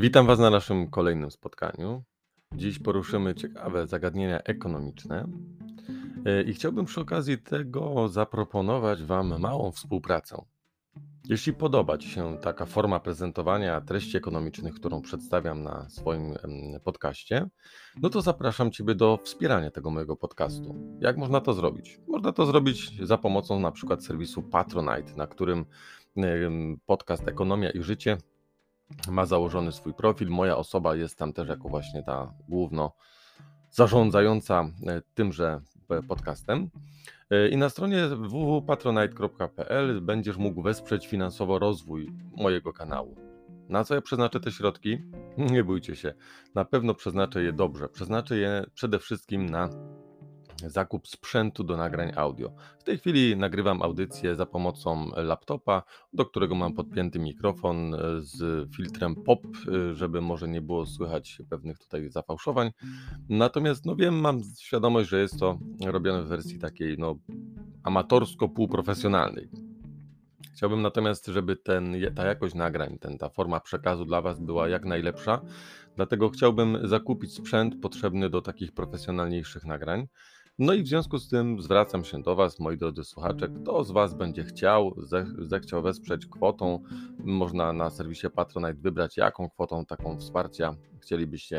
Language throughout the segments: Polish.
Witam Was na naszym kolejnym spotkaniu. Dziś poruszymy ciekawe zagadnienia ekonomiczne i chciałbym przy okazji tego zaproponować Wam małą współpracę. Jeśli podoba Ci się taka forma prezentowania treści ekonomicznych, którą przedstawiam na swoim podcaście, no to zapraszam Ciebie do wspierania tego mojego podcastu. Jak można to zrobić? Można to zrobić za pomocą na przykład serwisu Patronite, na którym podcast Ekonomia i Życie ma założony swój profil. Moja osoba jest tam też jako właśnie ta główno zarządzająca tymże podcastem. I na stronie www.patronite.pl będziesz mógł wesprzeć finansowo rozwój mojego kanału. Na co ja przeznaczę te środki? Nie bójcie się, na pewno przeznaczę je dobrze. Przeznaczę je przede wszystkim na zakup sprzętu do nagrań audio. W tej chwili nagrywam audycję za pomocą laptopa, do którego mam podpięty mikrofon z filtrem POP, żeby może nie było słychać pewnych tutaj zafałszowań. Natomiast wiem, mam świadomość, że jest to robione w wersji takiej amatorsko-półprofesjonalnej. Chciałbym natomiast, żeby ta jakość nagrań, ta forma przekazu dla Was była jak najlepsza, dlatego chciałbym zakupić sprzęt potrzebny do takich profesjonalniejszych nagrań. No i w związku z tym zwracam się do Was, moi drodzy słuchacze, kto z Was będzie zechciał wesprzeć kwotą, można na serwisie Patronite wybrać, jaką kwotą taką wsparcia chcielibyście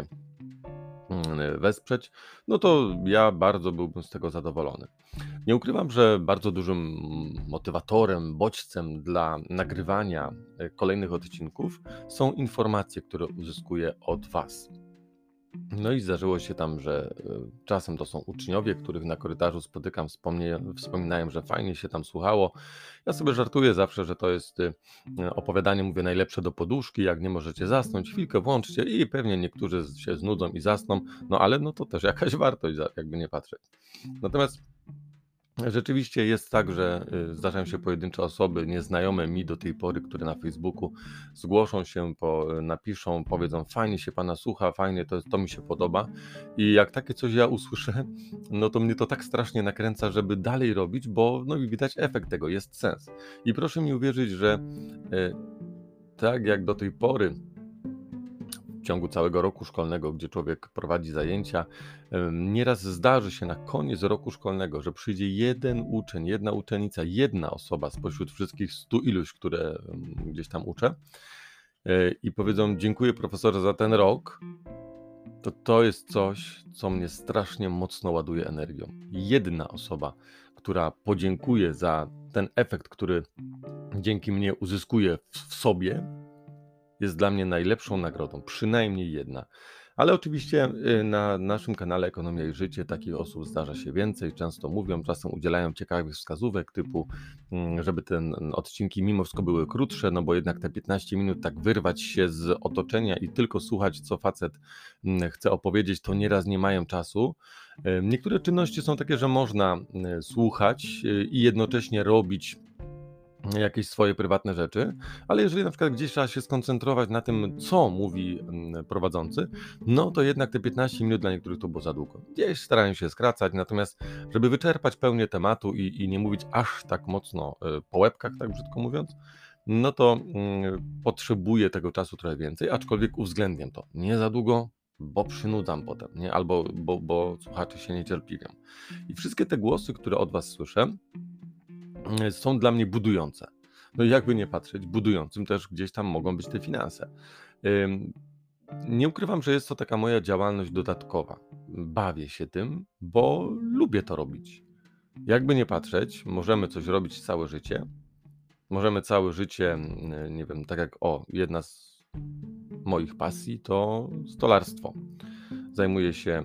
wesprzeć, no to ja bardzo byłbym z tego zadowolony. Nie ukrywam, że bardzo dużym motywatorem, bodźcem dla nagrywania kolejnych odcinków są informacje, które uzyskuję od Was. No i zdarzyło się tam, że czasem to są uczniowie, których na korytarzu spotykam, wspominają, że fajnie się tam słuchało. Ja sobie żartuję zawsze, że to jest opowiadanie, mówię, najlepsze do poduszki, jak nie możecie zasnąć, chwilkę włączcie i pewnie niektórzy się znudzą i zasną, ale to też jakaś wartość, jakby nie patrzeć. Natomiast rzeczywiście jest tak, że zdarzają się pojedyncze osoby nieznajome mi do tej pory, które na Facebooku zgłoszą się, napiszą, powiedzą: fajnie się Pana słucha, fajnie, to mi się podoba. I jak takie coś ja usłyszę, no to mnie to tak strasznie nakręca, żeby dalej robić, bo i widać efekt tego, jest sens. I proszę mi uwierzyć, że tak jak do tej pory w ciągu całego roku szkolnego, gdzie człowiek prowadzi zajęcia, nieraz zdarzy się na koniec roku szkolnego, że przyjdzie jeden uczeń, jedna uczennica, jedna osoba spośród wszystkich 100 iluś, które gdzieś tam uczę, i powiedzą: dziękuję profesorze za ten rok. To jest coś, co mnie strasznie mocno ładuje energią. Jedna osoba, która podziękuje za ten efekt, który dzięki mnie uzyskuje w sobie, jest dla mnie najlepszą nagrodą, przynajmniej jedna. Ale oczywiście na naszym kanale Ekonomia i Życie takich osób zdarza się więcej, często mówią, czasem udzielają ciekawych wskazówek typu, żeby te odcinki mimo wszystko były krótsze, bo jednak te 15 minut tak wyrwać się z otoczenia i tylko słuchać, co facet chce opowiedzieć, to nieraz nie mają czasu. Niektóre czynności są takie, że można słuchać i jednocześnie robić jakieś swoje prywatne rzeczy, ale jeżeli na przykład gdzieś trzeba się skoncentrować na tym, co mówi prowadzący, to jednak te 15 minut dla niektórych to było za długo. Gdzieś starają się skracać, natomiast żeby wyczerpać pełnię tematu i nie mówić aż tak mocno po łebkach, tak brzydko mówiąc, to potrzebuję tego czasu trochę więcej, aczkolwiek uwzględniam to. Nie za długo, bo przynudzam potem, nie? Albo bo słuchacze się niecierpliwią. I wszystkie te głosy, które od Was słyszę, są dla mnie budujące. I jakby nie patrzeć, budującym też gdzieś tam mogą być te finanse. Nie ukrywam, że jest to taka moja działalność dodatkowa. Bawię się tym, bo lubię to robić. Jakby nie patrzeć, możemy coś robić całe życie. Możemy całe życie, nie wiem, tak jak jedna z moich pasji to stolarstwo. Zajmuję się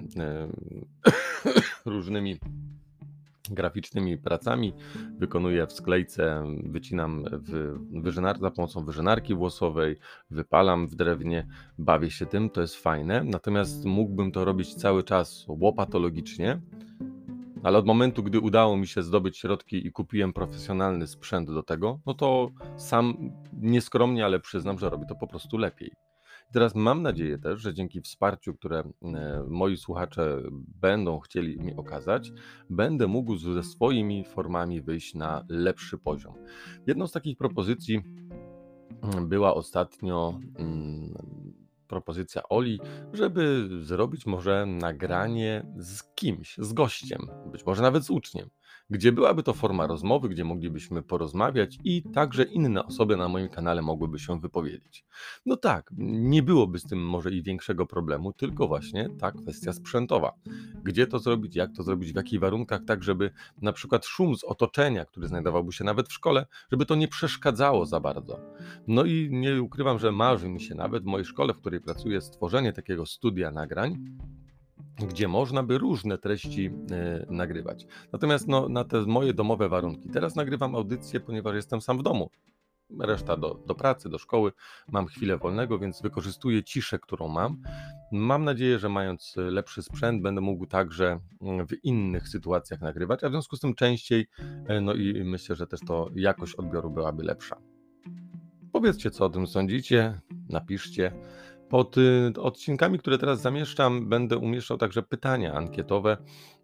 różnymi graficznymi pracami, wykonuję w sklejce, wycinam za pomocą wyżynarki włosowej, wypalam w drewnie, bawię się tym, to jest fajne, natomiast mógłbym to robić cały czas łopatologicznie, ale od momentu, gdy udało mi się zdobyć środki i kupiłem profesjonalny sprzęt do tego, to sam nieskromnie, ale przyznam, że robię to po prostu lepiej. Teraz mam nadzieję też, że dzięki wsparciu, które moi słuchacze będą chcieli mi okazać, będę mógł ze swoimi formami wyjść na lepszy poziom. Jedną z takich propozycji była ostatnio propozycja Oli, żeby zrobić może nagranie z kimś, z gościem, być może nawet z uczniem, gdzie byłaby to forma rozmowy, gdzie moglibyśmy porozmawiać i także inne osoby na moim kanale mogłyby się wypowiedzieć. No tak, nie byłoby z tym może i większego problemu, tylko właśnie ta kwestia sprzętowa. Gdzie to zrobić, jak to zrobić, w jakich warunkach, tak żeby na przykład szum z otoczenia, który znajdowałby się nawet w szkole, żeby to nie przeszkadzało za bardzo. No i nie ukrywam, że marzy mi się nawet w mojej szkole, w której pracuję, stworzenie takiego studia nagrań, gdzie można by różne treści nagrywać. Natomiast no, na te moje domowe warunki. Teraz nagrywam audycję, ponieważ jestem sam w domu. Reszta do pracy, do szkoły. Mam chwilę wolnego, więc wykorzystuję ciszę, którą mam. Mam nadzieję, że mając lepszy sprzęt, będę mógł także w innych sytuacjach nagrywać, a w związku z tym częściej, no i myślę, że też to jakość odbioru byłaby lepsza. Powiedzcie, co o tym sądzicie, napiszcie. Pod odcinkami, które teraz zamieszczam, będę umieszczał także pytania ankietowe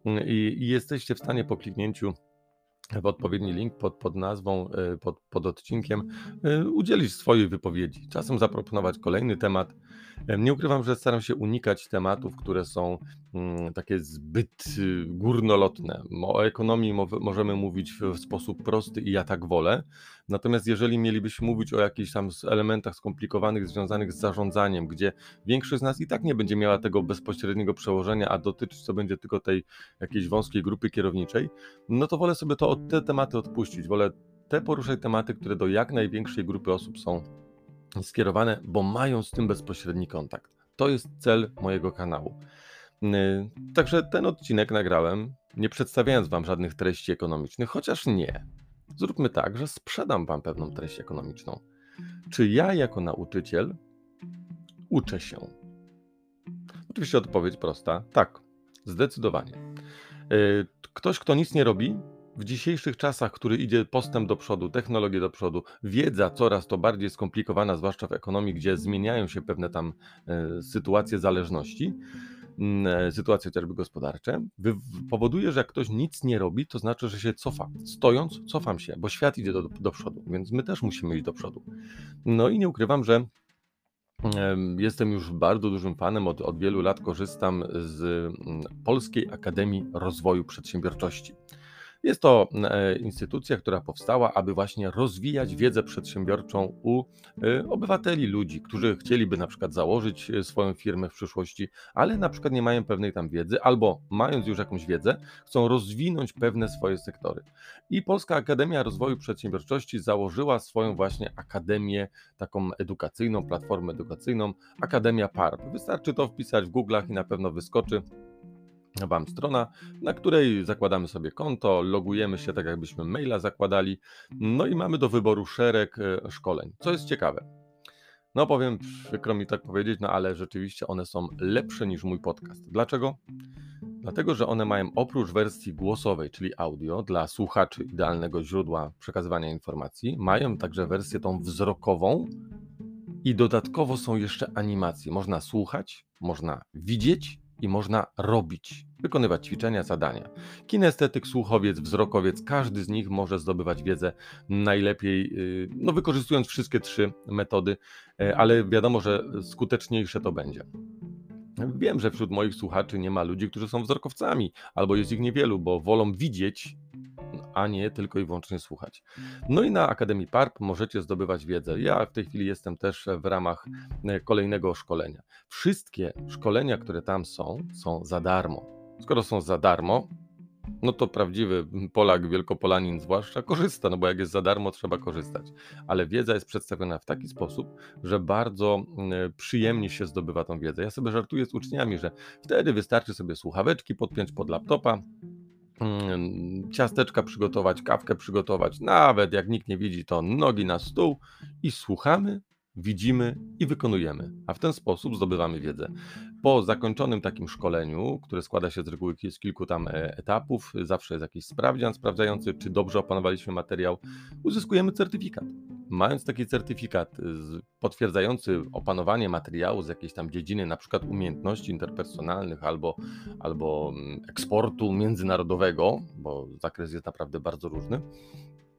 i jesteście w stanie po kliknięciu w odpowiedni link pod nazwą, pod odcinkiem, udzielić swojej wypowiedzi. Czasem zaproponować kolejny temat. Nie ukrywam, że staram się unikać tematów, które są takie zbyt górnolotne. O ekonomii możemy mówić w sposób prosty i ja tak wolę. Natomiast jeżeli mielibyśmy mówić o jakichś tam elementach skomplikowanych związanych z zarządzaniem, gdzie większość z nas i tak nie będzie miała tego bezpośredniego przełożenia, a dotyczyć to będzie tylko tej jakiejś wąskiej grupy kierowniczej, no to wolę sobie te tematy odpuścić. Wolę poruszać tematy, które do jak największej grupy osób są skierowane, bo mają z tym bezpośredni kontakt. To jest cel mojego kanału. Także ten odcinek nagrałem, nie przedstawiając Wam żadnych treści ekonomicznych, chociaż nie. Zróbmy tak, że sprzedam Wam pewną treść ekonomiczną. Czy ja jako nauczyciel uczę się? Oczywiście odpowiedź prosta, tak, zdecydowanie. Ktoś, kto nic nie robi, w dzisiejszych czasach, który idzie postęp do przodu, technologie do przodu, wiedza coraz to bardziej skomplikowana, zwłaszcza w ekonomii, gdzie zmieniają się pewne tam sytuacje zależności, sytuacje chociażby gospodarcze, powoduje, że jak ktoś nic nie robi, to znaczy, że się cofa. Stojąc, cofam się, bo świat idzie do przodu, więc my też musimy iść do przodu. No i nie ukrywam, że jestem już bardzo dużym fanem, od wielu lat korzystam z Polskiej Akademii Rozwoju Przedsiębiorczości. Jest to instytucja, która powstała, aby właśnie rozwijać wiedzę przedsiębiorczą u obywateli, ludzi, którzy chcieliby na przykład założyć swoją firmę w przyszłości, ale na przykład nie mają pewnej tam wiedzy, albo mając już jakąś wiedzę, chcą rozwinąć pewne swoje sektory. I Polska Akademia Rozwoju Przedsiębiorczości założyła swoją właśnie akademię, taką edukacyjną, platformę edukacyjną, Akademia PARP. Wystarczy to wpisać w Google'ach i na pewno wyskoczy Wam strona, na której zakładamy sobie konto, logujemy się tak jakbyśmy maila zakładali, no i mamy do wyboru szereg szkoleń. Co jest ciekawe, no powiem, przykro mi tak powiedzieć, no ale rzeczywiście one są lepsze niż mój podcast. Dlaczego? Dlatego, że one mają oprócz wersji głosowej, czyli audio, dla słuchaczy idealnego źródła przekazywania informacji, mają także wersję tą wzrokową i dodatkowo są jeszcze animacje. Można słuchać, można widzieć i można robić, wykonywać ćwiczenia, zadania. Kinestetyk, słuchowiec, wzrokowiec, każdy z nich może zdobywać wiedzę najlepiej, no wykorzystując wszystkie trzy metody, ale wiadomo, że skuteczniejsze to będzie. Wiem, że wśród moich słuchaczy nie ma ludzi, którzy są wzrokowcami, albo jest ich niewielu, bo wolą widzieć, a nie tylko i wyłącznie słuchać. No i na Akademii PARP możecie zdobywać wiedzę. Ja w tej chwili jestem też w ramach kolejnego szkolenia. Wszystkie szkolenia, które tam są za darmo. Skoro są za darmo, no to prawdziwy Polak, Wielkopolanin zwłaszcza korzysta, no bo jak jest za darmo, trzeba korzystać. Ale wiedza jest przedstawiona w taki sposób, że bardzo przyjemnie się zdobywa tą wiedzę. Ja sobie żartuję z uczniami, że wtedy wystarczy sobie słuchaweczki podpiąć pod laptopa, ciasteczka przygotować, kawkę przygotować, nawet jak nikt nie widzi, to nogi na stół i słuchamy, widzimy i wykonujemy, a w ten sposób zdobywamy wiedzę. Po zakończonym takim szkoleniu, które składa się z reguły z kilku tam etapów, zawsze jest jakiś sprawdzian sprawdzający, czy dobrze opanowaliśmy materiał, uzyskujemy certyfikat. Mając taki certyfikat potwierdzający opanowanie materiału z jakiejś tam dziedziny, na przykład umiejętności interpersonalnych albo eksportu międzynarodowego, bo zakres jest naprawdę bardzo różny,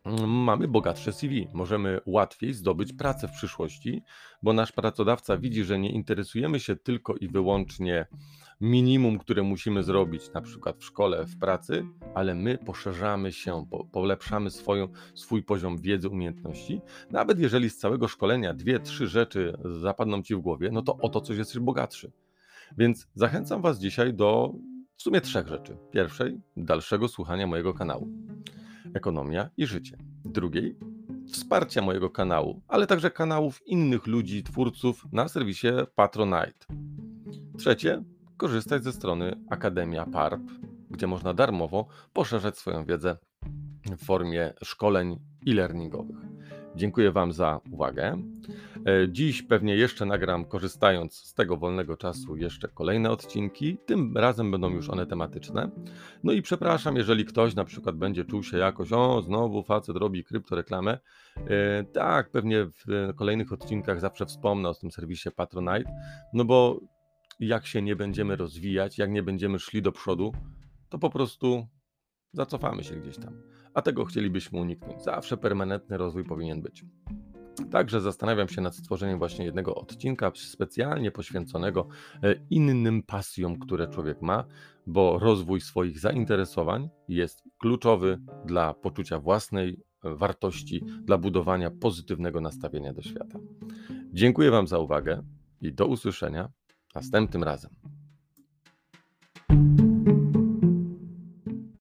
Mamy bogatsze CV. Możemy łatwiej zdobyć pracę w przyszłości, bo nasz pracodawca widzi, że nie interesujemy się tylko i wyłącznie minimum, które musimy zrobić, na przykład w szkole, w pracy, ale my poszerzamy się, polepszamy swój poziom wiedzy, umiejętności. Nawet jeżeli z całego szkolenia 2, 3 rzeczy zapadną ci w głowie, no to o to coś jesteś bogatszy. Więc zachęcam Was dzisiaj do w sumie 3 rzeczy. Pierwszej, dalszego słuchania mojego kanału Ekonomia i Życie. Drugiej, wsparcia mojego kanału, ale także kanałów innych ludzi, twórców na serwisie Patronite. Trzecie, korzystać ze strony Akademia PARP, gdzie można darmowo poszerzać swoją wiedzę w formie szkoleń e-learningowych. Dziękuję Wam za uwagę. Dziś pewnie jeszcze nagram, korzystając z tego wolnego czasu, jeszcze kolejne odcinki. Tym razem będą już one tematyczne. No i przepraszam, jeżeli ktoś na przykład będzie czuł się jakoś, znowu facet robi kryptoreklamę. Tak, pewnie w kolejnych odcinkach zawsze wspomnę o tym serwisie Patronite, no bo jak się nie będziemy rozwijać, jak nie będziemy szli do przodu, to po prostu zacofamy się gdzieś tam. A tego chcielibyśmy uniknąć. Zawsze permanentny rozwój powinien być. Także zastanawiam się nad stworzeniem właśnie jednego odcinka specjalnie poświęconego innym pasjom, które człowiek ma, bo rozwój swoich zainteresowań jest kluczowy dla poczucia własnej wartości, dla budowania pozytywnego nastawienia do świata. Dziękuję Wam za uwagę i do usłyszenia następnym razem.